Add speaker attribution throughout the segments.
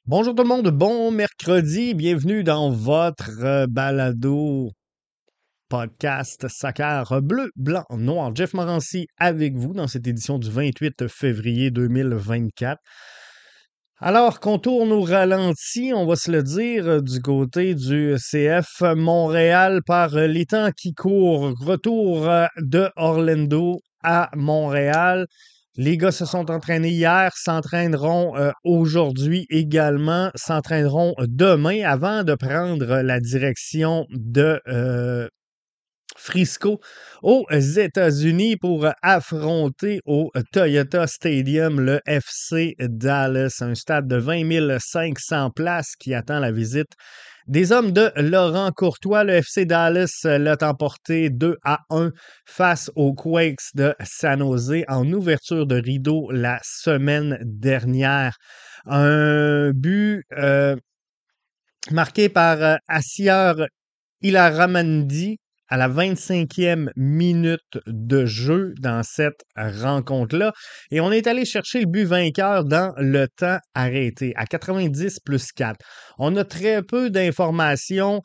Speaker 1: Bonjour tout le monde, bon mercredi, bienvenue dans votre balado podcast soccer bleu, blanc, noir. Jeff Morancy avec vous dans cette édition du 28 février 2024. Alors qu'on tourne au ralenti, on va se le dire, du côté du CF Montréal par les temps qui courent. Retour de Orlando à Montréal. Les gars se sont entraînés hier, s'entraîneront aujourd'hui également, s'entraîneront demain avant de prendre la direction de Frisco aux États-Unis pour affronter au Toyota Stadium le FC Dallas, un stade de 20 500 places qui attend la visite des hommes de Laurent Courtois. Le FC Dallas l'a emporté 2-1 face aux Quakes de San Jose en ouverture de rideau la semaine dernière. Un but marqué par Assier Ilaramandi à la 25e minute de jeu dans cette rencontre-là. Et on est allé chercher le but vainqueur dans le temps arrêté, à 90 plus 4. On a très peu d'informations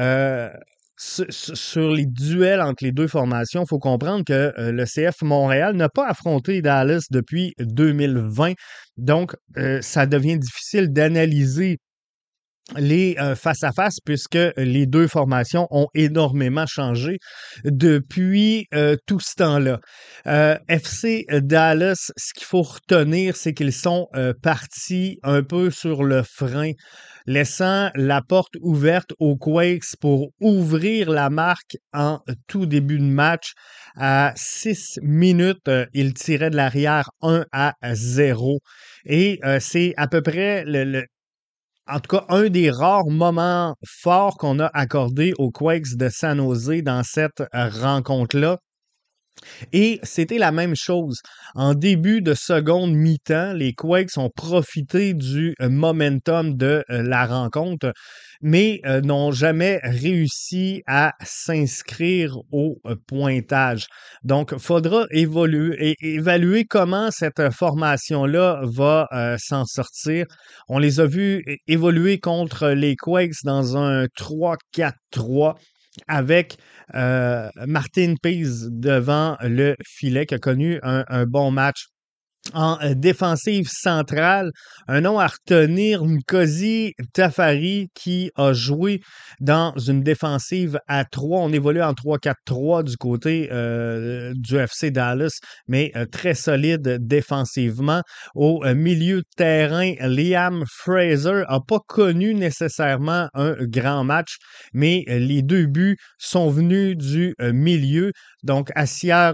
Speaker 1: sur les duels entre les deux formations. Il faut comprendre que le CF Montréal n'a pas affronté Dallas depuis 2020. Donc, ça devient difficile d'analyser les face-à-face puisque les deux formations ont énormément changé depuis tout ce temps-là. FC Dallas, ce qu'il faut retenir, c'est qu'ils sont partis un peu sur le frein, laissant la porte ouverte aux Quakes pour ouvrir la marque en tout début de match. À 6 minutes, ils tiraient de l'arrière 1-0. Et c'est à peu près en tout cas, un des rares moments forts qu'on a accordé aux Quakes de San Jose dans cette rencontre-là. Et c'était la même chose. En début de seconde mi-temps, les Quakes ont profité du momentum de la rencontre, mais n'ont jamais réussi à s'inscrire au pointage. Donc, il faudra évaluer comment cette formation-là va s'en sortir. On les a vus évoluer contre les Quakes dans un 3-4-3 avec Martin Pease devant le filet qui a connu un bon match. En défensive centrale, un nom à retenir, Nkosi Tafari, qui a joué dans une défensive à 3. On évolue en 3-4-3 du côté du FC Dallas, mais très solide défensivement. Au milieu de terrain, Liam Fraser n'a pas connu nécessairement un grand match, mais les deux buts sont venus du milieu. Donc, Assier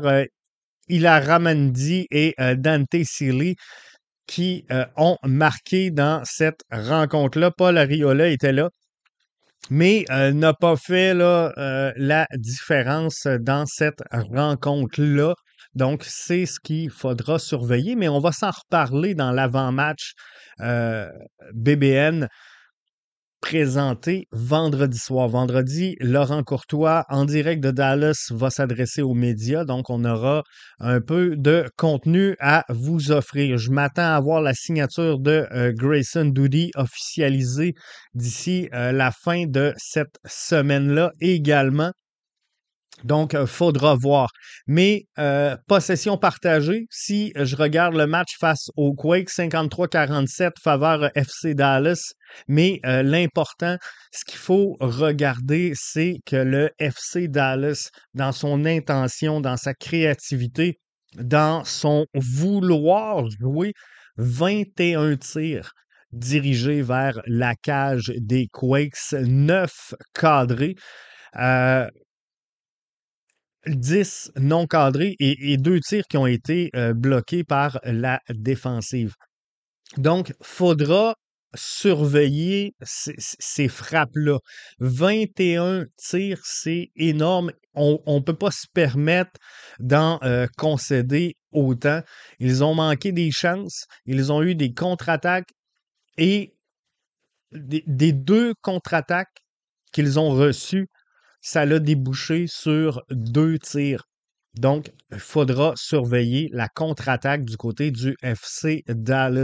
Speaker 1: Ilaramandi et Dante Sealy qui ont marqué dans cette rencontre-là. Paul Arriola était là, mais n'a pas fait là, la différence dans cette rencontre-là. Donc, c'est ce qu'il faudra surveiller, mais on va s'en reparler dans l'avant-match BBN présenté vendredi soir. Vendredi, Laurent Courtois, en direct de Dallas, va s'adresser aux médias. Donc, on aura un peu de contenu à vous offrir. Je m'attends à voir la signature de Grayson Doody officialisée d'ici la fin de cette semaine-là également. Donc, faudra voir. Mais possession partagée, si je regarde le match face au Quake, 53-47 faveur FC Dallas, mais l'important, ce qu'il faut regarder, c'est que le FC Dallas, dans son intention, dans sa créativité, dans son vouloir jouer, 21 tirs dirigés vers la cage des Quakes, 9 cadrés. Euh, 10 non cadrés et 2 tirs qui ont été bloqués par la défensive. Donc, faudra surveiller ces frappes-là. 21 tirs, c'est énorme. On ne peut pas se permettre d'en concéder autant. Ils ont manqué des chances. Ils ont eu des contre-attaques et des deux contre-attaques qu'ils ont reçues, ça l'a débouché sur 2 tirs. Donc, il faudra surveiller la contre-attaque du côté du FC Dallas.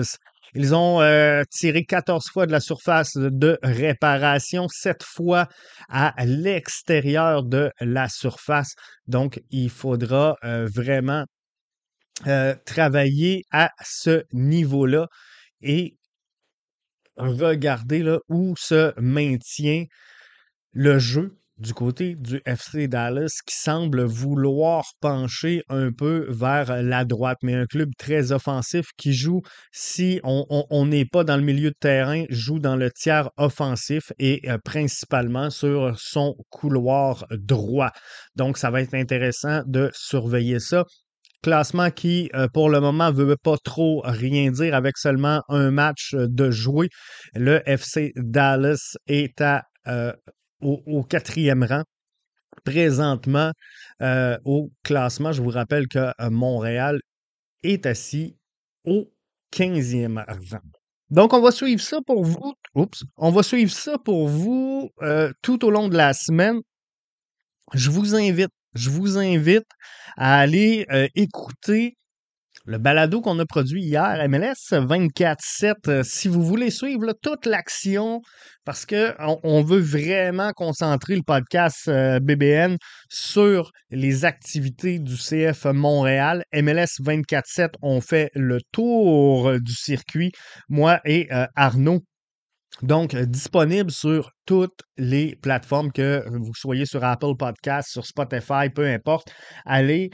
Speaker 1: Ils ont tiré 14 fois de la surface de réparation, 7 fois à l'extérieur de la surface. Donc, il faudra vraiment travailler à ce niveau-là et regarder là, où se maintient le jeu du côté du FC Dallas qui semble vouloir pencher un peu vers la droite, mais un club très offensif qui joue, si on n'est pas dans le milieu de terrain, joue dans le tiers offensif et principalement sur son couloir droit. Donc, ça va être intéressant de surveiller ça. Classement qui, pour le moment, ne veut pas trop rien dire avec seulement un match de joué. Le FC Dallas est au quatrième rang. Présentement, au classement, je vous rappelle que Montréal est assis au 15e rang. Donc, on va suivre ça pour vous. Oups. On va suivre ça pour vous tout au long de la semaine. Je vous invite à aller écouter le balado qu'on a produit hier, MLS 24/7. Si vous voulez suivre là, toute l'action, parce qu'on veut vraiment concentrer le podcast BBN sur les activités du CF Montréal. MLS 24/7, on fait le tour du circuit, moi et Arnaud. Donc, disponible sur toutes les plateformes, que vous soyez sur Apple Podcast, sur Spotify, peu importe. Allez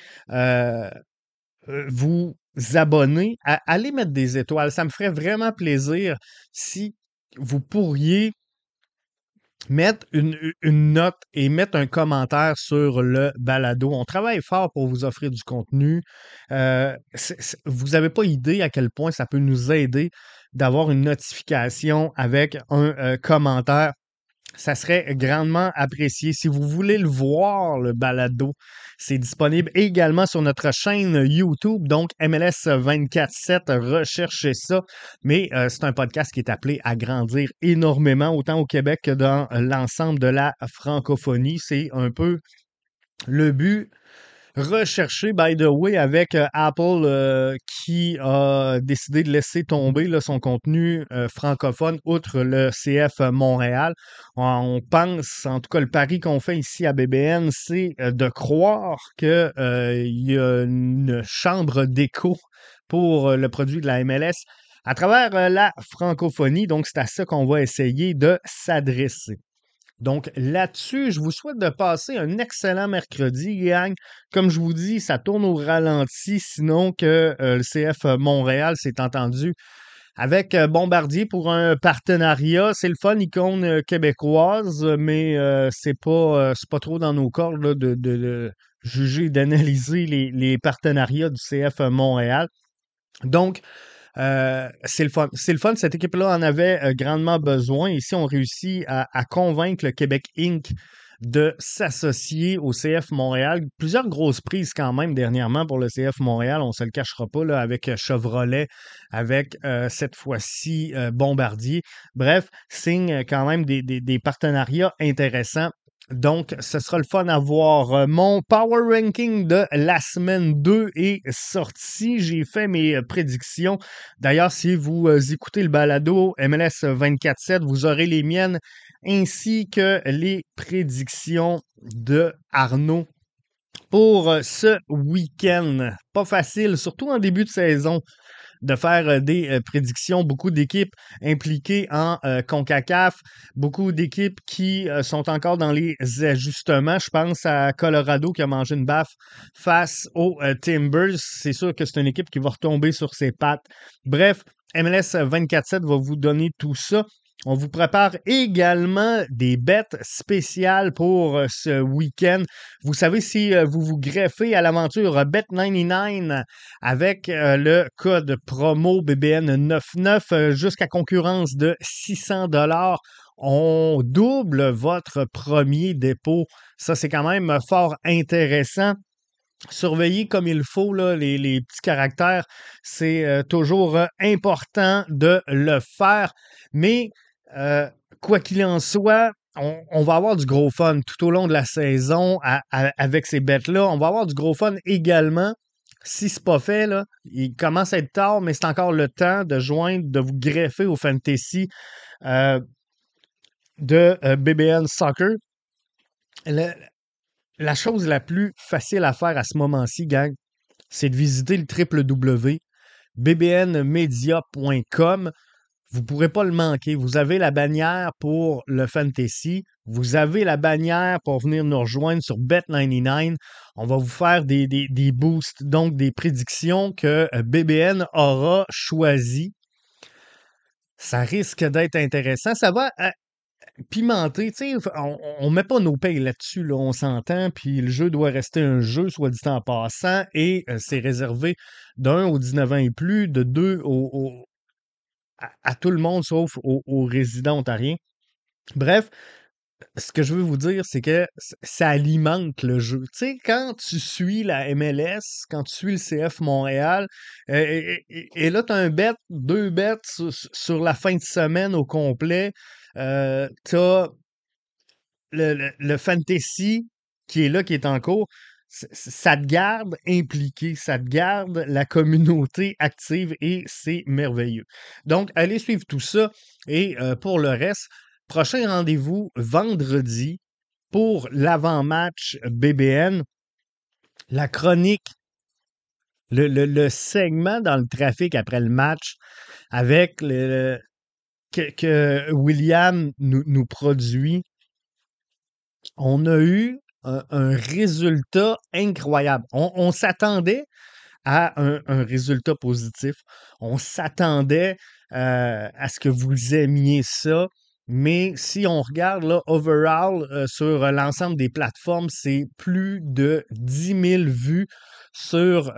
Speaker 1: vous abonner, allez mettre des étoiles. Ça me ferait vraiment plaisir si vous pourriez mettre une note et mettre un commentaire sur le balado. On travaille fort pour vous offrir du contenu. Vous n'avez pas idée à quel point ça peut nous aider d'avoir une notification avec un commentaire. Ça serait grandement apprécié. Si vous voulez le voir, le balado, c'est disponible également sur notre chaîne YouTube, donc MLS 24/7, recherchez ça. Mais c'est un podcast qui est appelé à grandir énormément, autant au Québec que dans l'ensemble de la francophonie. C'est un peu le but recherché, by the way, avec Apple qui a décidé de laisser tomber là, son contenu francophone outre le CF Montréal. On pense, en tout cas, le pari qu'on fait ici à BBN, c'est de croire qu'il y a une chambre d'écho pour le produit de la MLS à travers la francophonie. Donc, c'est à ça qu'on va essayer de s'adresser. Donc là-dessus, je vous souhaite de passer un excellent mercredi, gang. Comme je vous dis, ça tourne au ralenti, sinon que le CF Montréal s'est entendu avec Bombardier pour un partenariat. C'est le fun, icône québécoise, mais c'est pas trop dans nos cordes là, de juger, d'analyser les partenariats du CF Montréal. Donc, c'est le fun. C'est le fun. Cette équipe-là en avait grandement besoin. Ici, on réussit à convaincre le Québec Inc. de s'associer au CF Montréal. Plusieurs grosses prises quand même dernièrement pour le CF Montréal. On ne se le cachera pas là, avec Chevrolet, avec cette fois-ci Bombardier. Bref, signe quand même des partenariats intéressants. Donc, ce sera le fun à voir. Mon Power Ranking de la semaine 2 est sorti. J'ai fait mes prédictions. D'ailleurs, si vous écoutez le balado MLS 24/7, vous aurez les miennes ainsi que les prédictions de Arnaud pour ce week-end. Pas facile, surtout en début de saison, de faire des prédictions. Beaucoup d'équipes impliquées en CONCACAF, beaucoup d'équipes qui sont encore dans les ajustements. Je pense à Colorado qui a mangé une baffe face aux Timbers. C'est sûr que c'est une équipe qui va retomber sur ses pattes. Bref, MLS 24/7 va vous donner tout ça. On vous prépare également des bêtes spéciales pour ce week-end. Vous savez, si vous vous greffez à l'aventure Bet99 avec le code promo BBN99 jusqu'à concurrence de 600$, on double votre premier dépôt. Ça, c'est quand même fort intéressant. Surveiller comme il faut là, les petits caractères, c'est toujours important de le faire. Mais quoi qu'il en soit, on va avoir du gros fun tout au long de la saison avec ces bêtes-là. On va avoir du gros fun également Si c'est pas fait, là, il commence à être tard, mais c'est encore le temps de joindre, de vous greffer au fantasy euh, de BBN Soccer. Le- la chose la plus facile à faire à ce moment-ci, gang, c'est de visiter le www.bbnmedia.com. Vous ne pourrez pas le manquer. Vous avez la bannière pour le fantasy. Vous avez la bannière pour venir nous rejoindre sur Bet99. On va vous faire des boosts, donc des prédictions que BBN aura choisies. Ça risque d'être intéressant. Ça va pimenter. Tu sais, on met pas nos payes là-dessus, là, on s'entend. Puis le jeu doit rester un jeu, soit dit en passant. Et c'est réservé d'1 aux 19 ans et plus, de 2 à tout le monde sauf aux résidents ontariens. Bref, ce que je veux vous dire, c'est que ça alimente le jeu. Tu sais, quand tu suis la MLS, quand tu suis le CF Montréal, et là, tu as un bet, deux bets sur la fin de semaine au complet, tu as le fantasy qui est là, qui est en cours, ça te garde impliqué, ça te garde la communauté active et c'est merveilleux. Donc, allez suivre tout ça et pour le reste, prochain rendez-vous vendredi pour l'avant-match BBN, la chronique, le segment dans le trafic après le match avec que William nous produit. On a eu un résultat incroyable. On s'attendait à un résultat positif. On s'attendait à ce que vous aimiez ça. Mais si on regarde là, overall, sur l'ensemble des plateformes, c'est plus de 10 000 vues sur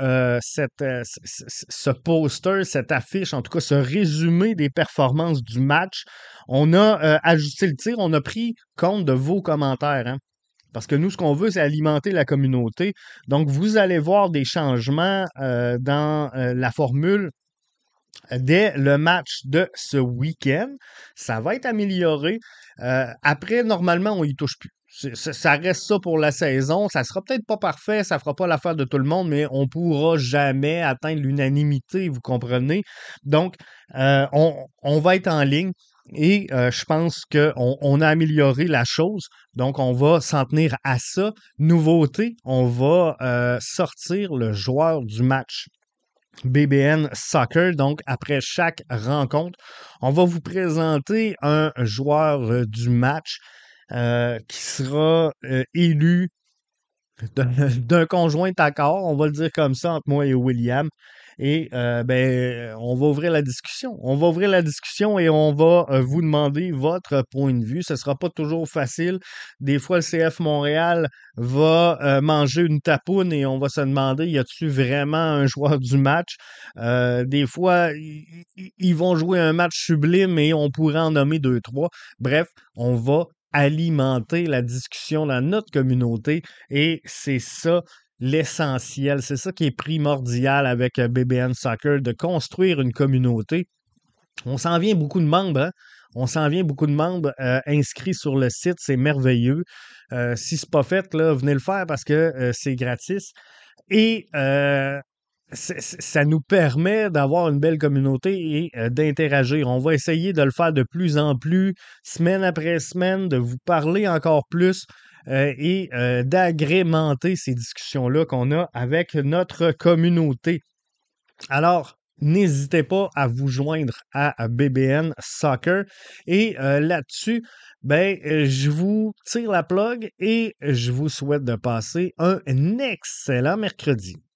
Speaker 1: ce poster, cette affiche, en tout cas ce résumé des performances du match. On a ajusté le tir, on a pris compte de vos commentaires, hein. Parce que nous, ce qu'on veut, c'est alimenter la communauté. Donc, vous allez voir des changements dans la formule dès le match de ce week-end. Ça va être amélioré. Après, normalement, on y touche plus. Ça reste ça pour la saison. Ça sera peut-être pas parfait, ça fera pas l'affaire de tout le monde, mais on pourra jamais atteindre l'unanimité, vous comprenez? Donc, on va être en ligne. Et je pense qu'on a amélioré la chose. Donc, on va s'en tenir à ça. Nouveauté, on va sortir le joueur du match. BBN Soccer. Donc, après chaque rencontre, on va vous présenter un joueur du match qui sera élu d'un conjoint accord, on va le dire comme ça, entre moi et William. Et ben, on va ouvrir la discussion. On va ouvrir la discussion et on va vous demander votre point de vue. Ce ne sera pas toujours facile. Des fois, le CF Montréal va manger une tapoune et on va se demander, y a-t-il vraiment un joueur du match? Des fois, ils vont jouer un match sublime et on pourrait en nommer deux, trois. Bref, on va alimenter la discussion dans notre communauté et c'est ça l'essentiel, c'est ça qui est primordial avec BBN Soccer, de construire une communauté. On s'en vient beaucoup de membres, hein? On s'en vient beaucoup de membres inscrits sur le site, c'est merveilleux. Si c'est pas fait, là, venez le faire parce que c'est gratis. Et ça nous permet d'avoir une belle communauté et d'interagir. On va essayer de le faire de plus en plus, semaine après semaine, de vous parler encore plus et d'agrémenter ces discussions-là qu'on a avec notre communauté. Alors, n'hésitez pas à vous joindre à BBN Soccer. Et là-dessus, ben, je vous tire la plug et je vous souhaite de passer un excellent mercredi.